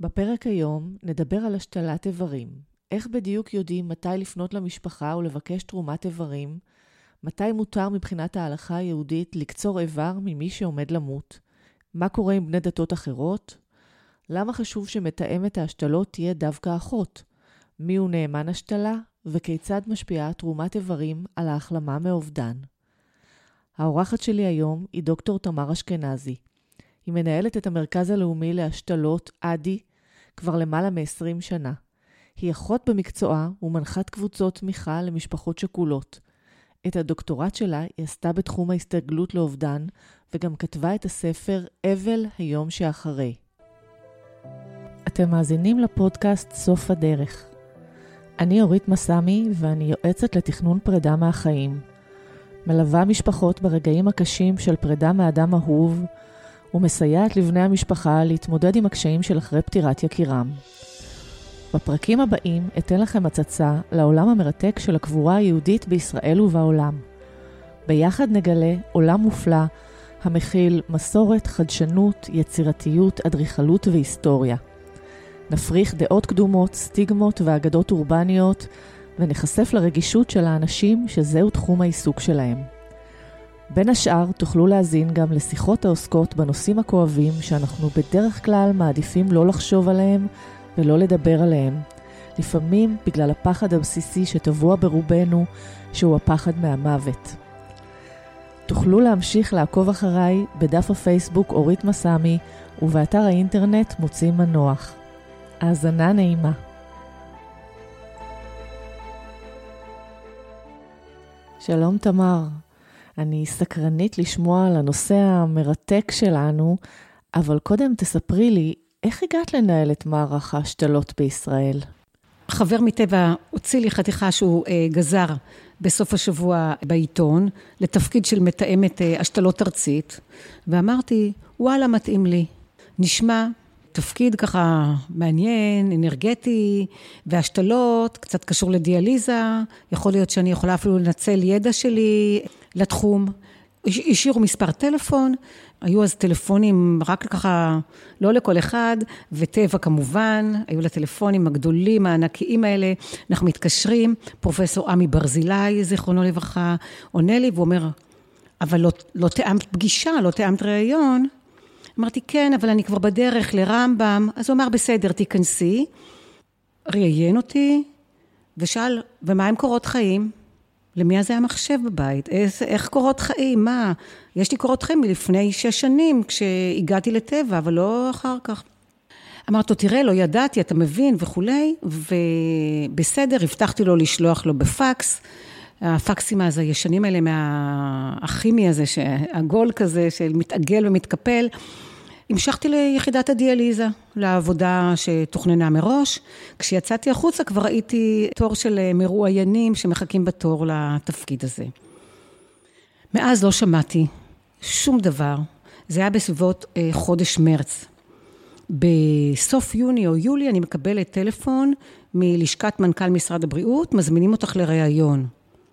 בפרק היום נדבר על השתלת איברים. איך בדיוק יודעים מתי לפנות למשפחה ולבקש תרומת איברים? מתי מותר מבחינת ההלכה היהודית לקצור איבר ממי שעומד למות? מה קורה עם בני דתות אחרות? למה חשוב שמתאמת ההשתלות תהיה דווקא אחות? מי הוא נאמן השתלה? וכיצד משפיעה תרומת איברים על ההחלמה מאובדן? האורחת שלי היום היא דוקטור תמר אשכנזי. היא מנהלת את המרכז הלאומי להשתלות עדי כבר למעלה מ-20 שנה. היא אחות במקצועה ומנחת קבוצות תמיכה למשפחות שכולות. את הדוקטורט שלה היא עשתה בתחום ההסתגלות לאובדן, וגם כתבה את הספר אבל היום שאחרי. אתם מאזינים לפודקאסט סוף הדרך. אני אורית מסמי ואני יועצת לתכנון פרידה מהחיים. מלווה משפחות ברגעים הקשים של פרידה מאדם אהוב, ומסייעת לבני המשפחה להתמודד עם הקשיים של אחרי פטירת יקירם. בפרקים הבאים אתן לכם הצצה לעולם המרתק של הקבורה היהודית בישראל ובעולם. ביחד נגלה עולם מופלא המכיל מסורת, חדשנות, יצירתיות, אדריכלות והיסטוריה. נפריך דעות קדומות, סטיגמות ואגדות אורבניות, ונחשף לרגישות של האנשים שזהו תחום העיסוק שלהם. בין השאר תוכלו להזין גם לשיחות העוסקות בנושאים הכואבים שאנחנו בדרך כלל מעדיפים לא לחשוב עליהם ולא לדבר עליהם. לפעמים בגלל הפחד הבסיסי שטבוע ברובנו, שהוא הפחד מהמוות. תוכלו להמשיך לעקוב אחריי בדף הפייסבוק אורית מסמי ובאתר האינטרנט מוצאים מנוח. האזנה נעימה. שלום תמר. אני סקרנית לשמוע על הנושא המרתק שלנו, אבל קודם תספרי לי, איך הגעת לנהל את מערך ההשתלות בישראל? חבר מטבע הוציא לי חתיכה שהוא גזר בסוף השבוע בעיתון, לתפקיד של מתאמת השתלות ארצית, ואמרתי, וואלה, מתאים לי. נשמע תפקיד ככה מעניין, אנרגטי, והשתלות, קצת קשור לדיאליזה, יכול להיות שאני יכולה אפילו לנצל ידע שלי לתחום. השאירו מספר טלפון, היו אז טלפונים רק ככה, לא לכל אחד, וטבע כמובן, היו לטלפונים הגדולים, הענקיים האלה, אנחנו מתקשרים, פרופסור עמי ברזילי, זיכרונו לברכה, עונה לי ואומר, אבל לא תאמת פגישה, לא תאמת ראיון. אמרתי, כן, אבל אני כבר בדרך לרמב"ם, אז הוא אמר, בסדר, תיכנסי, ראיין אותי, ושאל, ומה עם קורות חיים? למי הזה המחשב בבית? איך קורות חיים? מה? יש לי קורות חיים מלפני 6 שנים, כשהגעתי לטבע, אבל לא אחר כך. אמרתי, תראה, לא ידעתי, אתה מבין, וכולי, ובסדר, הבטחתי לו לשלוח לו בפקס, הפקסים הזה, הישנים האלה מהכימי הזה, הגול כזה, של מתעגל ומתקפל, המשכתי ליחידת הדיאליזה, לעבודה שתוכננה מראש. כשיצאתי החוצה כבר ראיתי תור של מרואיינים שמחכים בתור לתפקיד הזה. מאז לא שמעתי שום דבר. זה היה בסביבות חודש מרץ. בסוף יוני או יולי אני מקבלת טלפון מלשכת מנכ"ל משרד הבריאות, מזמינים אותך לראיון.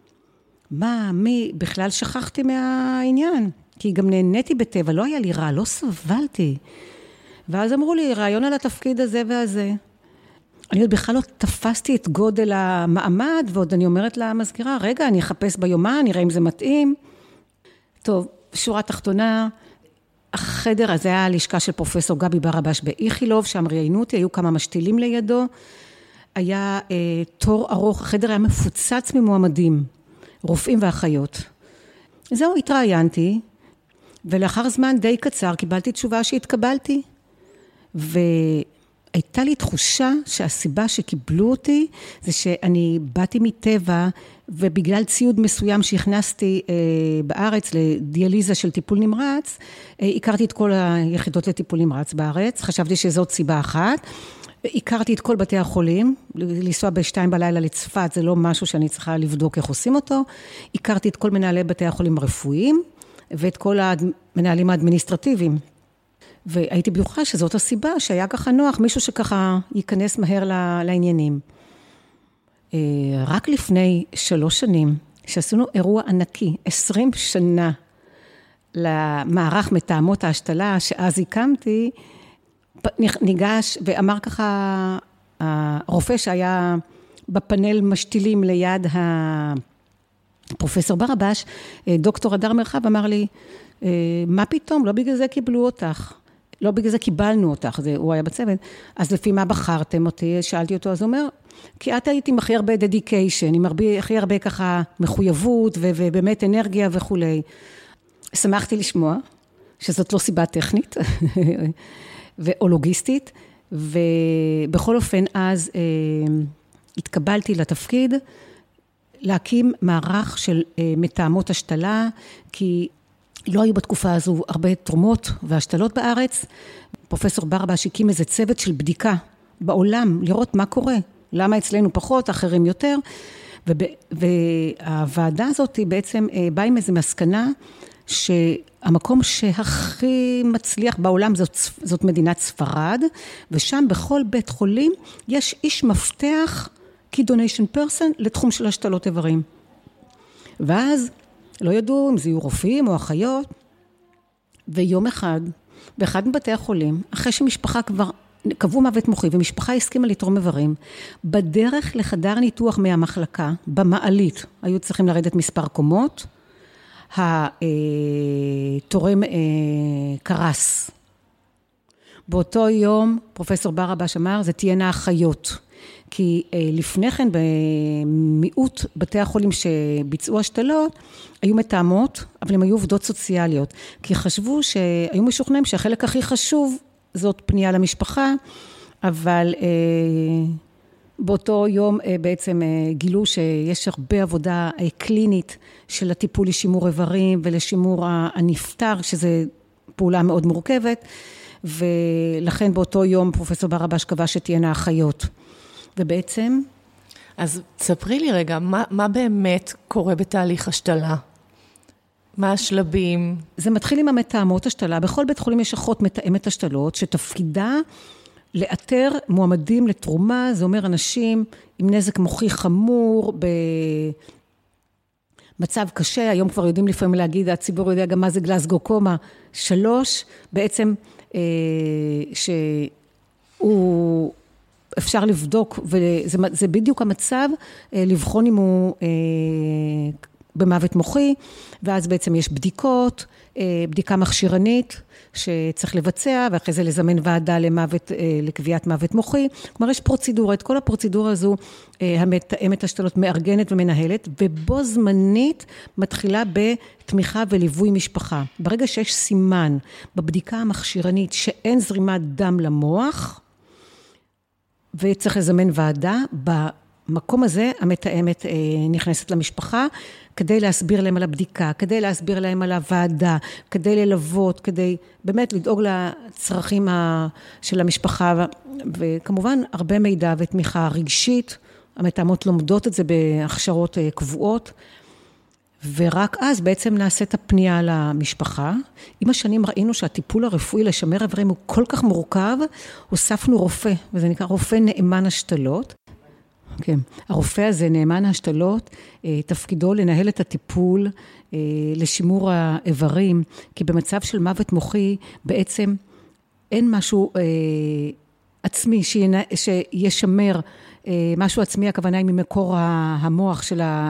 מי? בכלל שכחתי מהעניין. כי גם נהניתי בטבע, לא היה לי רע, לא סבלתי. ואז אמרו לי, רעיון על התפקיד הזה והזה. אני עוד בכלל לא תפסתי את גודל המעמד, ועוד אני אומרת למזכירה, רגע, אני אחפש ביומן, נראה אם זה מתאים. טוב, שורה תחתונה, החדר הזה היה הלשכה של פרופסור גבי ברבש באיכילוב, שם ראיינו אותי, היו כמה משתילים לידו. היה תור ארוך, החדר היה מפוצץ ממועמדים, רופאים ואחיות. זהו, התראיינתי, ולאחר זמן די קצר קיבלתי תשובה שהתקבלתי, והייתה לי תחושה שהסיבה שקיבלו אותי, זה שאני באתי מטבע, ובגלל ציוד מסוים שהכנסתי בארץ לדיאליזה של טיפול נמרץ, הכרתי את כל היחידות לטיפול נמרץ בארץ, חשבתי שזאת סיבה אחת, הכרתי את כל בתי החולים, לנסוע ב-2 בלילה לצפת, זה לא משהו שאני צריכה לבדוק איך עושים אותו, הכרתי את כל מנהלי בתי החולים הרפואיים, ואת כל המנהלים האדמיניסטרטיביים, והייתי בטוחה שזאת הסיבה, שהיה ככה נוח, מישהו שככה ייכנס מהר לעניינים. רק לפני 3 שנים, שעשינו אירוע ענקי, 20 שנה למערך מתאמות ההשתלה, שאז הקמתי, ניגש ואמר ככה, הרופא שהיה בפאנל משתילים ליד הפרופסור ברבש, דוקטור הדר מרחב אמר לי, מה פתאום? לא בגלל זה קיבלו אותך. לא בגלל זה קיבלנו אותך, הוא היה בצוות. אז לפי מה בחרתם אותי? שאלתי אותו, אז הוא אומר, כי את היית עם הכי הרבה דדיקיישן, עם הכי הרבה ככה מחויבות ובאמת אנרגיה וכו'. שמחתי לשמוע שזאת לא סיבה טכנית או לוגיסטית, ובכל אופן אז התקבלתי לתפקיד להקים מערך של מתאמות השתלה, כי לא היו בתקופה הזו הרבה תרומות והשתלות בארץ. פרופסור ברבש הקים איזה צוות של בדיקה בעולם, לראות מה קורה, למה אצלנו פחות, אחרים יותר, והוועדה הזאת בעצם באה עם איזו מסקנה, שהמקום שהכי מצליח בעולם זאת מדינת ספרד, ושם בכל בית חולים יש איש מפתח, key donation person, לתחום של השתלות איברים. ואז לא ידעו אם זה יהיו רופאים או אחיות, ויום אחד, באחד מבתי החולים, אחרי שמשפחה כבר קבעו מוות מוחי, ומשפחה הסכימה לתרום איברים, בדרך לחדר ניתוח מהמחלקה, במעלית, היו צריכים לרדת מספר קומות, התורם קרס. באותו יום, פרופסור ברבש אמר, זה תהיינה אחיות. כי לפני כן במיעוט בתי החולים שביצעו השתלות, היו מתאמות, אבל הם היו עובדות סוציאליות. כי חשבו שהיו משוכנעים שהחלק הכי חשוב זאת פנייה למשפחה, אבל באותו יום בעצם גילו שיש הרבה עבודה קלינית של הטיפול לשימור איברים ולשימור הנפטר, שזה פעולה מאוד מורכבת, ולכן באותו יום פרופסור ברבש קבע שתהיינה אחיות. ובעצם... אז תספרי לי רגע, מה באמת קורה בתהליך השתלה? מה השלבים? זה מתחיל עם המתאמות השתלה. בכל בית חולים יש אחות מתאמת השתלות, שתפקידה לאתר מועמדים לתרומה, זה אומר אנשים עם נזק מוחי חמור, במצב קשה, היום כבר יודעים לפעמים להגיד, הציבור יודע גם מה זה גלסגו-קומה 3, בעצם שהוא... אפשר לבדוק, וזה בדיוק המצב, לבחון אם הוא במוות מוחי, ואז בעצם יש בדיקות, בדיקה מכשירנית שצריך לבצע, ואחרי זה לזמן ועדה לקביעת מוות מוחי. כלומר, יש פרוצדורה, את כל הפרוצדורה הזו, המתאמת השתלות מארגנת ומנהלת, ובו זמנית מתחילה בתמיכה וליווי משפחה. ברגע שיש סימן בבדיקה המכשירנית שאין זרימת דם למוח, וצריך לזמן ועדה, במקום הזה המתאמת נכנסת למשפחה, כדי להסביר להם על הבדיקה, כדי להסביר להם על הוועדה, כדי ללוות, כדי באמת לדאוג לצרכים של המשפחה, וכמובן הרבה מידע ותמיכה רגשית, המתאמות לומדות את זה בהכשרות קבועות, ורק אז בעצם נעשית הפנייה למשפחה. עם השנים ראינו שהטיפול הרפואי לשמר איברים הוא כל כך מורכב, הוספנו רופא, וזה נקרא רופא נאמן השתלות. כן. הרופא הזה, נאמן השתלות, תפקידו לנהל את הטיפול לשימור האיברים, כי במצב של מוות מוחי בעצם אין משהו עצמי שישמר, משהו עצמי, הכוונה היא ממקור המוח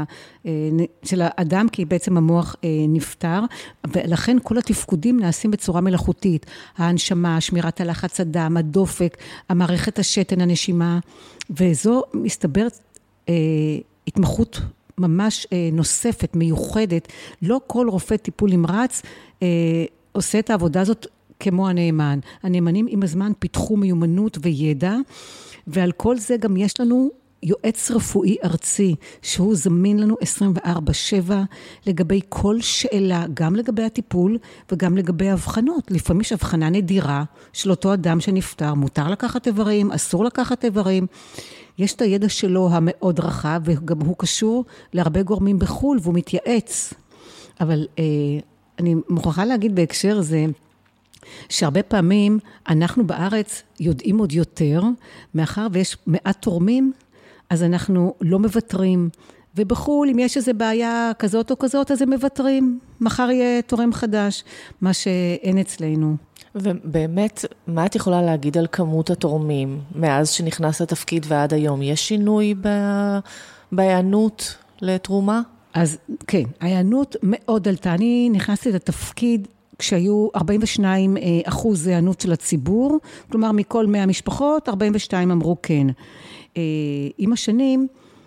של האדם, כי בעצם המוח נפטר, ולכן כל התפקודים נעשים בצורה מלאכותית, ההנשמה, שמירת הלחץ הדם, הדופק, המערכת השתן, הנשימה, וזו מסתברת התמחות ממש נוספת, מיוחדת, לא כל רופא טיפול נמרץ עושה את העבודה הזאת כמו הנאמן. הנאמנים עם הזמן פיתחו מיומנות וידע, ועל כל זה גם יש לנו יועץ רפואי ארצי, שהוא זמין לנו 24/7 לגבי כל שאלה, גם לגבי הטיפול וגם לגבי הבחנות. לפעמים יש הבחנה נדירה של אותו אדם שנפטר, מותר לקחת איברים, אסור לקחת איברים. יש את הידע שלו המאוד רחב, וגם הוא קשור להרבה גורמים בחול, והוא מתייעץ. אבל אני מוכרחה להגיד בהקשר זה, שהרבה פעמים אנחנו בארץ יודעים עוד יותר, מאחר ויש מעט תורמים, אז אנחנו לא מוותרים, ובחול, אם יש איזו בעיה כזאת או כזאת, אז הם מוותרים. מחר יהיה תורם חדש, מה שאין אצלנו. ובאמת, מה את יכולה להגיד על כמות התורמים מאז שנכנס לתפקיד ועד היום? יש שינוי בהיענות לתרומה? אז כן, ההיענות מאוד עלתה. אני נכנסתי לתפקיד כשהיו 42% היענות של הציבור, כלומר מכל 100 משפחות, 42 אמרו כן. עם השנים,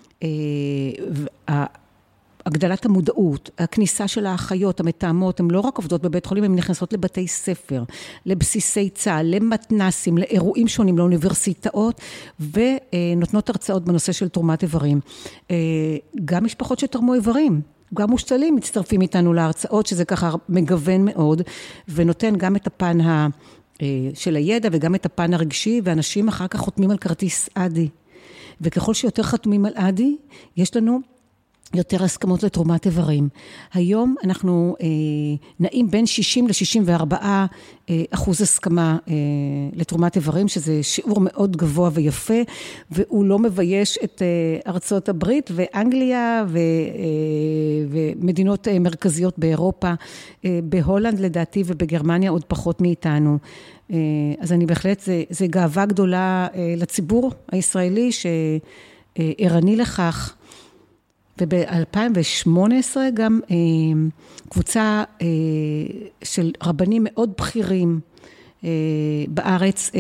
הגדלת המודעות, הכניסה של האחיות, המתאמות, הן לא רק עובדות בבית חולים, הן נכנסות לבתי ספר, לבסיסי צה"ל, למתנסים, לאירועים שונים, לאוניברסיטאות, ונותנות הרצאות בנושא של תרומת איברים. גם משפחות שתרמו איברים, גם מושתלים מצטרפים איתנו להרצאות, שזה ככה מגוון מאוד, ונותן גם את הפן של הידע, וגם את הפן הרגשי, ואנשים אחר כך חותמים על כרטיס אדי. וככל שיותר חתומים על אדי, יש לנו יותר הסכמות לתרומת איברים. היום אנחנו נעים בין 60 ל-64% הסכמה לתרומת איברים, שזה שיעור מאוד גבוה ויפה, והוא לא מבייש את ארצות הברית ואנגליה ומדינות מרכזיות באירופה, בהולנד לדעתי ובגרמניה עוד פחות מאיתנו. אז אני בהחלט, זה גאווה גדולה לציבור הישראלי שערני לכך. וב-2018 גם קבוצה של רבנים מאוד בכירים בארץ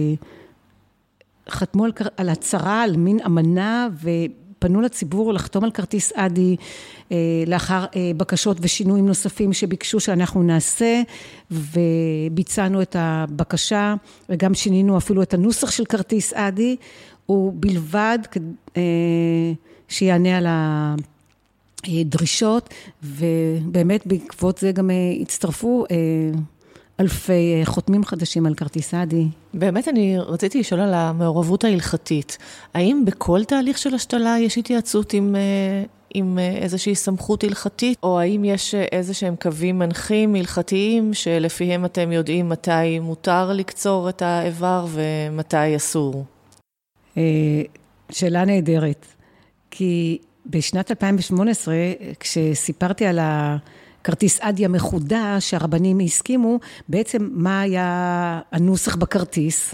חתמו על הצהרה, על מין אמנה, ופנו לציבור לחתום על כרטיס אדי לאחר בקשות ושינויים נוספים שביקשו שאנחנו נעשה, וביצענו את הבקשה וגם שינינו אפילו את הנוסח של כרטיס אדי, ובלבד שיענה על הדרישות, ובאמת בעקבות זה גם הצטרפו אלפי חותמים חדשים על כרטיס אדי. באמת אני רציתי לשאול על המעורבות ההלכתית. האם בכל תהליך של השתלה יש התייעצות עם איזושהי סמכות הלכתית, או האם יש איזה שהם קווים מנחים הלכתיים שלפיהם אתם יודעים מתי מותר לקצור את האיבר ומתי אסור? שאלה נהדרת. כי בשנת 2018, כשסיפרתי על הכרטיס אדי המחודש, שהרבנים הסכימו, בעצם מה היה הנוסח בכרטיס,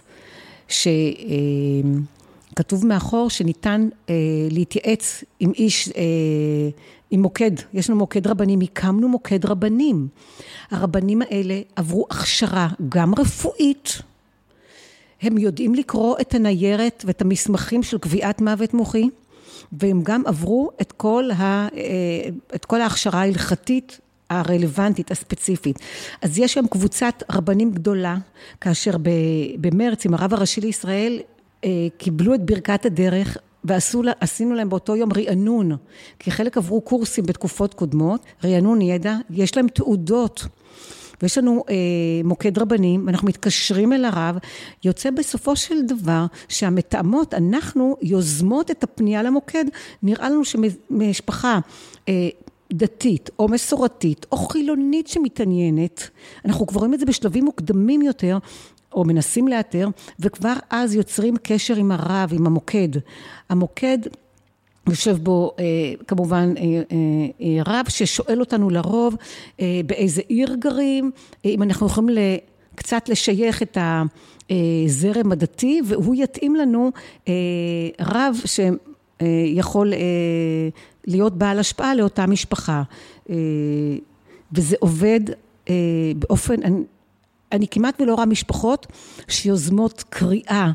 שכתוב מאחור שניתן להתייעץ עם איש, עם מוקד, יש לנו מוקד רבנים, הקמנו מוקד רבנים. הרבנים האלה עברו הכשרה גם רפואית, הם יודעים לקרוא את הניירת ואת המסמכים של קביעת מוות מוחי, והם גם עברו את כל ההכשרה ההלכתית הרלוונטית, הספציפית. אז יש שם קבוצת רבנים גדולה, כאשר במרץ עם הרב הראשי לישראל קיבלו את ברכת הדרך, ועשינו להם באותו יום רענון, כי חלק עברו קורסים בתקופות קודמות, רענון ידע, יש להם תעודות, ויש לנו מוקד רבנים, אנחנו מתקשרים אל הרב, יוצא בסופו של דבר שהמתאמות, אנחנו יוזמות את הפנייה למוקד, נראה לנו שמשפחה דתית או מסורתית או חילונית שמתעניינת, אנחנו כבר רואים את זה בשלבים מוקדמים יותר, או מנסים לאתר, וכבר אז יוצרים קשר עם הרב, עם המוקד. המוקד יושב בו כמובן רב ששואל אותנו לרוב באיזה עיר גרים, אם אנחנו יכולים קצת לשייך את הזרם הדתי, והוא יתאים לנו רב שיכול להיות בעל השפעה לאותה משפחה. וזה עובד באופן, אני כמעט ולא רואה משפחות שיוזמות קריאה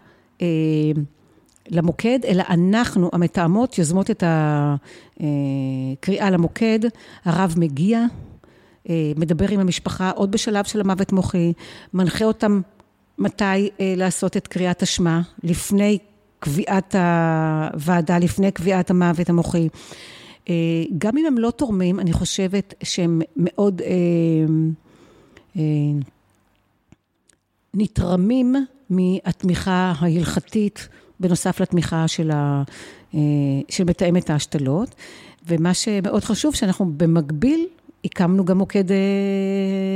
למוקד, אלא אנחנו, המתאמות, יוזמות את הקריאה למוקד, הרב מגיע, מדבר עם המשפחה, עוד בשלב של המוות מוחי, מנחה אותם מתי לעשות את קריאת השמה, לפני קביעת הוועדה, לפני קביעת המוות המוחי. גם אם הם לא תורמים, אני חושבת שהם מאוד נתרמים מהתמיכה ההלכתית, בנוסף לתמיכה של מתאמת ההשתלות, ומה שמאוד חשוב, שאנחנו במקביל הקמנו גם מוקד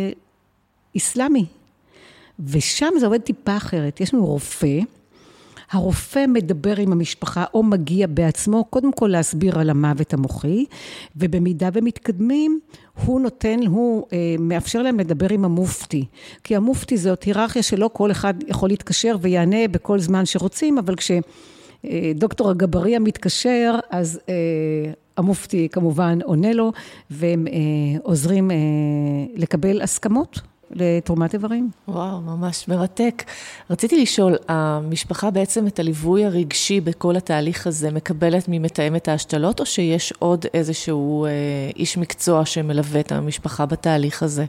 איסלאמי, ושם זה עובד טיפה אחרת. יש לנו רופא, הרופא מדבר עם המשפחה או מגיע בעצמו, קודם כל להסביר על המוות המוחי, ובמידה ומתקדמים, הוא מאפשר להם לדבר עם המופתי, כי המופתי זאת היררכיה שלא כל אחד יכול להתקשר ויענה בכל זמן שרוצים, אבל כשדוקטור אגבריה מתקשר, אז המופתי כמובן עונה לו, והם עוזרים לקבל הסכמות לתרומת איברים. וואו, ממש מרתק. רציתי לשאול, המשפחה בעצם את הליווי הרגשי בכל התהליך הזה מקבלת ממתאמת ההשתלות, או שיש עוד איזשהו איש מקצוע שמלווה את המשפחה בתהליך הזה?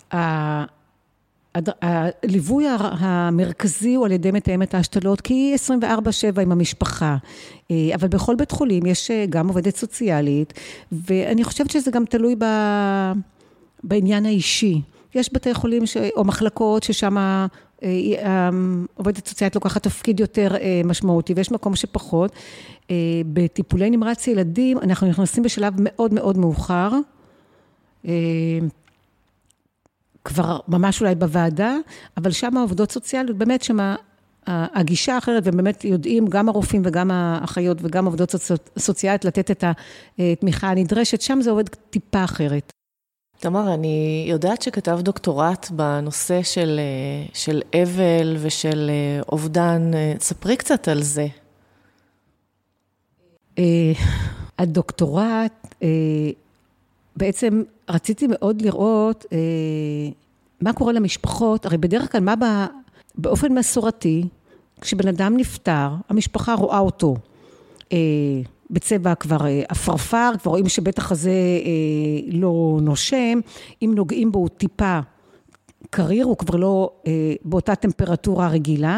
הליווי המרכזי הוא על ידי מתאמת ההשתלות, כי היא 24/7 עם המשפחה. אבל בכל בית חולים יש גם עובדת סוציאלית, ואני חושבת שזה גם תלוי בעניין האישי. יש בתי חולים או מחלקות ששם עובדת סוציאלית לוקחת תפקיד יותר משמעותי, ויש מקום שפחות. בטיפולי נמרץ ילדים, אנחנו נכנסים בשלב מאוד מאוד מאוחר, כבר ממש אולי בוועדה, אבל שם העובדות סוציאליות, באמת שמה הגישה אחרת, ובאמת יודעים גם הרופאים וגם האחיות וגם עובדות סוציאליות לתת את התמיכה הנדרשת, שם זה עובד טיפה אחרת. תמר, אני יודעת שכתב דוקטורט בנושא של אבל ושל אובדן. ספרי קצת על זה. הדוקטורט, בעצם רציתי מאוד לראות מה קורה למשפחות. הרי בדרך כלל באופן מסורתי, כשבן אדם נפטר, המשפחה רואה אותו בצבע כבר אפרפר, כבר רואים שבטח הזה לא נושם, אם נוגעים בו הוא טיפה קריר, הוא כבר לא באותה טמפרטורה רגילה,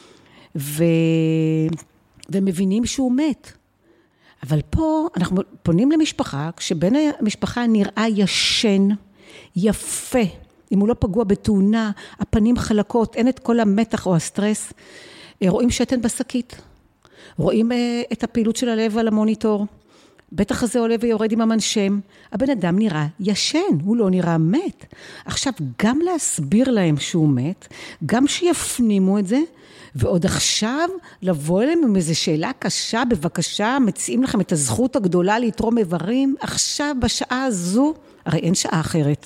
ומבינים שהוא מת. אבל פה אנחנו פונים למשפחה, כשבן המשפחה נראה ישן, יפה, אם הוא לא פגוע בתאונה, הפנים חלקות, אין את כל המתח או הסטרס, רואים שתן בשקית. רואים את הפעילות של הלב על המוניטור, בטח הזה עולה ויורד עם המנשם, הבן אדם נראה ישן, הוא לא נראה מת. עכשיו, גם להסביר להם שהוא מת, גם שיפנימו את זה, ועוד עכשיו לבוא אליהם עם איזו שאלה קשה, בבקשה, מציעים לכם את הזכות הגדולה לתרום איברים, עכשיו בשעה הזו, הרי אין שעה אחרת.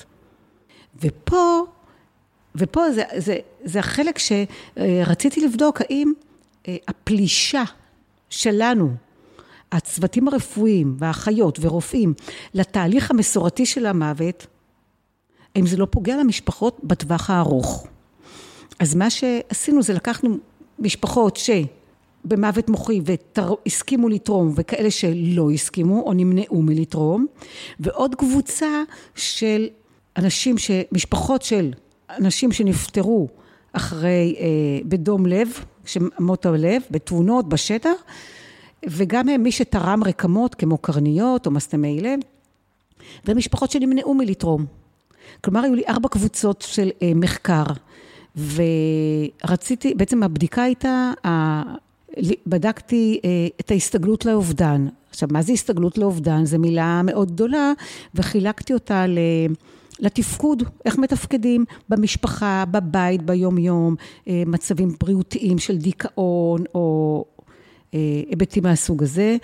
ופה זה החלק שרציתי לבדוק, האם הפלישה שלנו, הצוותים הרפואיים והאחיות ורופאים, לתהליך המסורתי של המוות, האם זה לא פוגע למשפחות בטווח הארוך. אז מה שעשינו זה לקחנו משפחות שבמוות מוחי והסכימו לתרום, וכאלה שלא הסכימו או נמנעו מלתרום, ועוד קבוצה של אנשים, משפחות של אנשים שנפטרו אחרי בדום לב, שמות הלב, בתאונות, בשטח, וגם מי שתרם רקמות כמו קרניות או מסתמי לב, ומשפחות שנמנעו מלתרום. כלומר, היו לי 4 קבוצות של מחקר, ורציתי, בעצם הבדיקה הייתה, בדקתי את ההסתגלות לאובדן. עכשיו, מה זה הסתגלות לאובדן? זו מילה מאוד גדולה, וחילקתי אותה לתפקוד, איך מתפקדים במשפחה, בבית, ביום-יום, מצבים בריאותיים של דיכאון, או היבטים מהסוג הזה,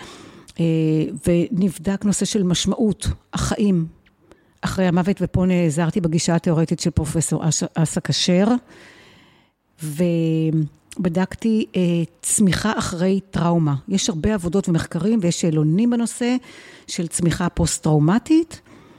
ונבדק נושא של משמעות החיים אחרי המוות, ופה נעזרתי בגישה התיאורטית של פרופסור אסא כשר, ובדקתי צמיחה אחרי טראומה. יש הרבה עבודות ומחקרים, ויש שאלונים בנושא של צמיחה פוסט-טראומטית,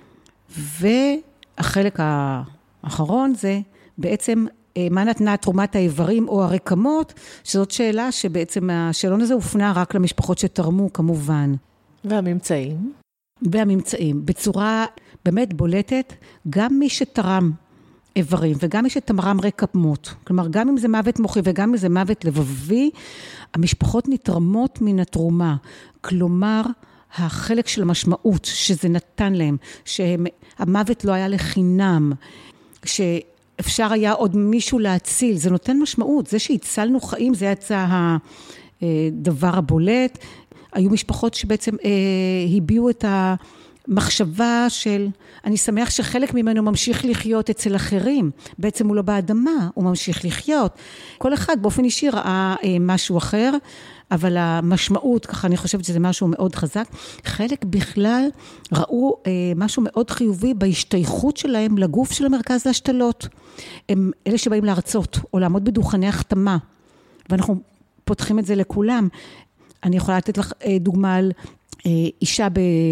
והחלק האחרון זה בעצם מה נתנה תרומת האיברים או הרקמות, שזאת שאלה שבעצם השאלון הזה הופנה רק למשפחות שתרמו כמובן. והממצאים? בצורה באמת בולטת, גם מי שתרם איברים וגם מי שתרם רקמות, כלומר גם אם זה מוות מוחי וגם אם זה מוות לבבי, המשפחות נתרמות מן התרומה, כלומר החלק של המשמעות שזה נתן להם, שהמוות לא היה לחינם, אפשר היה עוד מישהו להציל, זה נותן משמעות, זה שהצלנו חיים, זה יצא הדבר הבולט, היו משפחות שבעצם הביאו את מחשבה של, אני שמח שחלק ממנו ממשיך לחיות אצל אחרים, בעצם הוא לא באדמה, הוא ממשיך לחיות. כל אחד באופן אישי ראה משהו אחר, אבל המשמעות, ככה אני חושבת שזה משהו מאוד חזק, חלק בכלל ראו משהו מאוד חיובי בהשתייכות שלהם לגוף של המרכז להשתלות. הם אלה שבאים להרצות, או לעמוד בדוכני החתמה, ואנחנו פותחים את זה לכולם. אני יכולה לתת לך דוגמה על אישה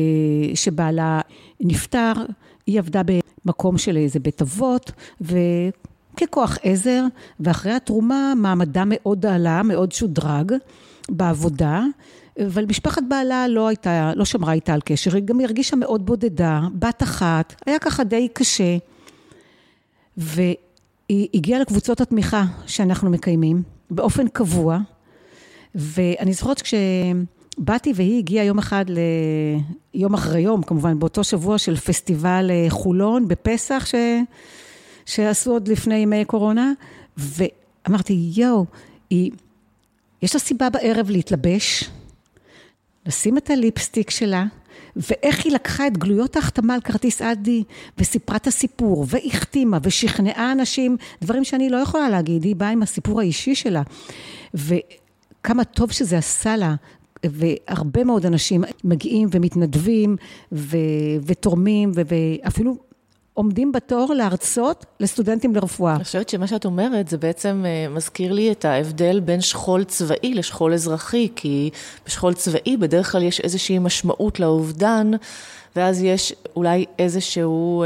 שבעלה נפטר, היא עבדה במקום של איזה בית אבות, וככוח עזר, ואחרי התרומה מעמדה מאוד עלה, מאוד שודרג בעבודה, אבל משפחת בעלה לא שמרה איתה על קשר, היא גם הרגישה מאוד בודדה, בת אחת, היה ככה די קשה, והיא הגיעה לקבוצות התמיכה שאנחנו מקיימים, באופן קבוע, ואני זוכרת כשבאתי והיא הגיעה יום אחד, יום אחרי יום, כמובן באותו שבוע של פסטיבל חולון בפסח שעשו עוד לפני ימי קורונה, ואמרתי, יש לה סיבה בערב להתלבש, לשים את הליפסטיק שלה, ואיך היא לקחה את גלויות ההחתמה על כרטיס אדי, וסיפרה את הסיפור, והחתימה, ושכנעה אנשים, דברים שאני לא יכולה להגיד, היא באה עם הסיפור האישי שלה, וכמה טוב שזה עשה לה, והרבה מאוד אנשים מגיעים ומתנדבים, ותורמים, ואפילו עומדים בתור להרצות לסטודנטים לרפואה. אני חושבת שמה שאת אומרת, זה בעצם מזכיר לי את ההבדל בין שכול צבאי לשכול אזרחי, כי בשכול צבאי בדרך כלל יש איזושהי משמעות לאובדן, ואז יש אולי איזשהו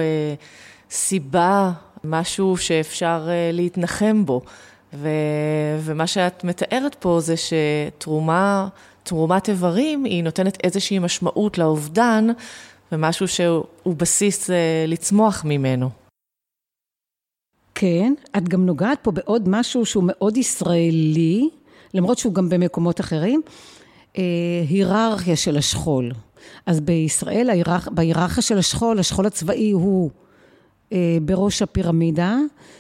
סיבה, משהו שאפשר להתנחם בו. ומה שאת מתארת פה זה שתרומת איברים היא נותנת איזושהי משמעות לאובדן, ומשהו שהוא בסיס לצמוח ממנו. כן, את גם נוגעת פה בעוד משהו שהוא מאוד ישראלי, למרות שהוא גם במקומות אחרים, היררכיה של השכול. אז בישראל, בהיררכיה של השכול, השכול הצבאי הוא בראש הפירמידה,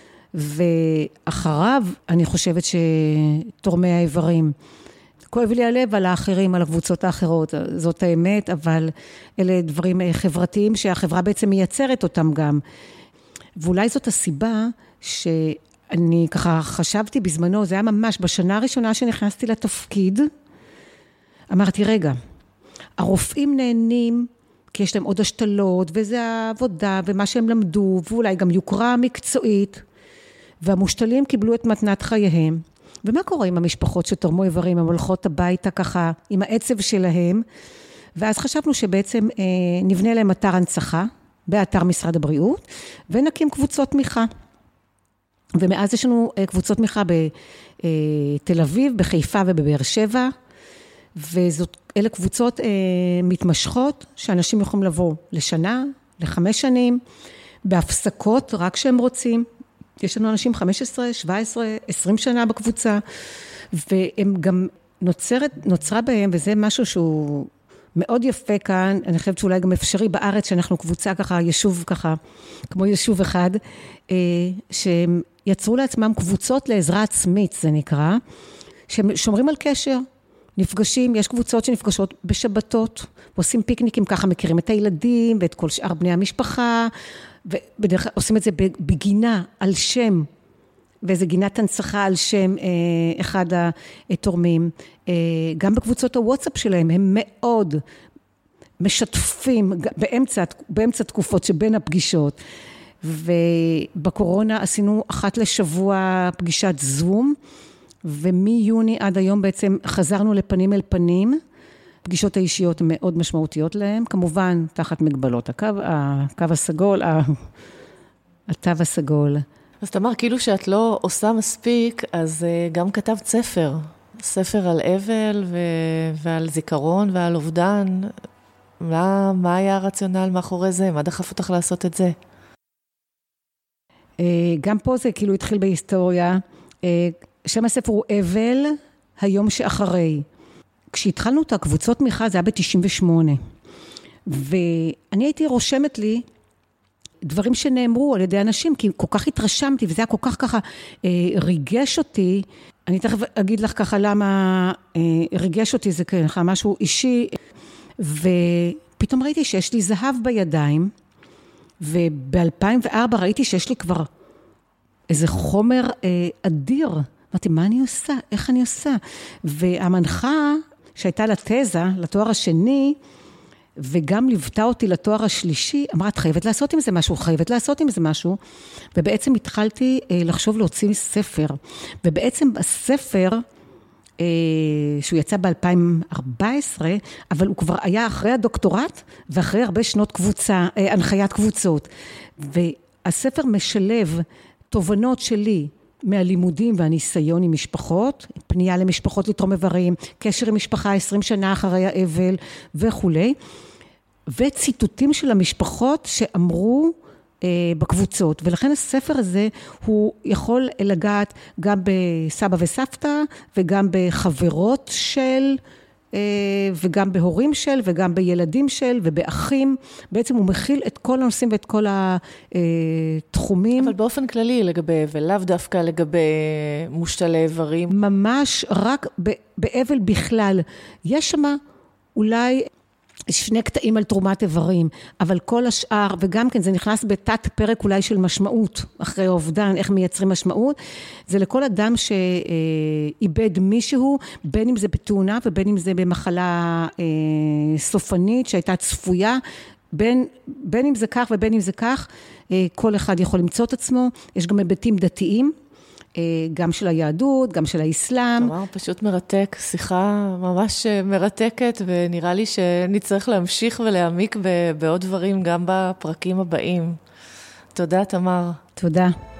ואחריו אני חושבת שתורמי האיברים, כואב לי הלב על האחרים, על הקבוצות האחרות, זאת האמת, אבל אלה דברים חברתיים שהחברה בעצם מייצרת אותם גם. ואולי זאת הסיבה שאני ככה חשבתי בזמנו, זה היה ממש בשנה הראשונה שנכנסתי לתפקיד, אמרתי, רגע, הרופאים נהנים, כי יש להם עוד השתלות, וזה העבודה, ומה שהם למדו, ואולי גם יוקרה מקצועית, והמושתלים קיבלו את מתנת חייהם, ומה קורה עם המשפחות שתורמו איברים, הן הולכות הביתה ככה עם העצב שלהם, ואז חשבנו שבעצם נבנה להם אתר הנצחה, באתר משרד הבריאות, ונקים קבוצות תמיכה. ומאז יש לנו קבוצות תמיכה בתל אביב, בחיפה ובבאר שבע, ואלה קבוצות מתמשכות, שאנשים יכולים לבוא לשנה, ל5 שנים, בהפסקות רק שהם רוצים, יש לנו אנשים 15, 17, 20 שנה בקבוצה, והם גם נוצרה בהם, וזה משהו שהוא מאוד יפה כאן, אני חושבת שאולי גם אפשרי בארץ, שאנחנו קבוצה ככה, יישוב ככה, כמו יישוב אחד, שהם יצרו לעצמם קבוצות לעזרה עצמית, זה נקרא, שהם שומרים על קשר, נפגשים, יש קבוצות שנפגשות בשבתות, ועושים פיקניקים ככה, מכירים את הילדים, ואת כל שאר בני המשפחה, ובדרך כלל עושים את זה בגינה על שם, ואיזה גינת הנצחה על שם אחד התורמים. גם בקבוצות הוואטסאפ שלהם, הם מאוד משתפים באמצע תקופות שבין הפגישות. ובקורונה עשינו אחת לשבוע פגישת זום, ומיוני עד היום בעצם חזרנו לפנים אל פנים, פגישות האישיות מאוד משמעותיות להם, כמובן תחת מגבלות, הקו הסגול, התו הסגול. אז תמר, כאילו שאת לא עושה מספיק, אז גם כתבת ספר על אבל ועל זיכרון ועל אובדן. מה היה הרציונל מאחורי זה? מה דחף אותך לעשות את זה? גם פה זה כאילו התחיל בהיסטוריה. שם הספר הוא אבל, היום שאחרי. כשהתחלנו את הקבוצות תמיכה, זה היה ב-98. ואני הייתי רושמת לי דברים שנאמרו על ידי אנשים, כי כל כך התרשמתי, וזה היה כל כך ככה ריגש אותי. אני תכף אגיד לך ככה למה ריגש אותי, זה ככה משהו אישי, ופתאום ופתאום ראיתי שיש לי זהב בידיים, וב-2004 ראיתי שיש לי כבר איזה חומר אדיר. אמרתי, מה אני עושה? איך אני עושה? והמנחה שהייתה לתזה, לתואר השני, וגם ליוותה אותי לתואר השלישי, אמרה, את חייבת לעשות עם זה משהו, חייבת לעשות עם זה משהו, ובעצם התחלתי לחשוב להוציא ספר, ובעצם הספר, שהוא יצא ב-2014, אבל הוא כבר היה אחרי הדוקטורט, ואחרי הרבה שנות קבוצה, הנחיית קבוצות, והספר משלב תובנות שלי, מהלימודים והניסיון עם משפחות, פנייה למשפחות לתרום איברים, קשר עם משפחה 20 שנה אחרי האבל וכו'. וציטוטים של המשפחות שאמרו בקבוצות. ולכן הספר הזה הוא יכול לגעת גם בסבא וסבתא, וגם בחברות של, וגם בהורים של, וגם בילדים של, ובאחים. בעצם הוא מכיל את כל הנושאים ואת כל התחומים. אבל באופן כללי לגבי, ולאו דווקא לגבי מושתלי איברים. ממש רק באבל בכלל. יש שמה אולי שני קטעים על תרומת איברים, אבל כל השאר, וגם כן זה נכנס בתת פרק אולי של משמעות, אחרי האובדן, איך מייצרים משמעות, זה לכל אדם שאיבד מישהו, בין אם זה בתאונה ובין אם זה במחלה סופנית שהייתה צפויה, בין אם זה כך ובין אם זה כך, כל אחד יכול למצוא את עצמו, יש גם היבטים דתיים, גם של היהדות, גם של האסלאם. תמר, פשוט מרתק, שיחה ממש מרתקת, ונראה לי שנצטרך להמשיך ולהעמיק בעוד דברים, גם בפרקים הבאים. תודה, תמר. תודה.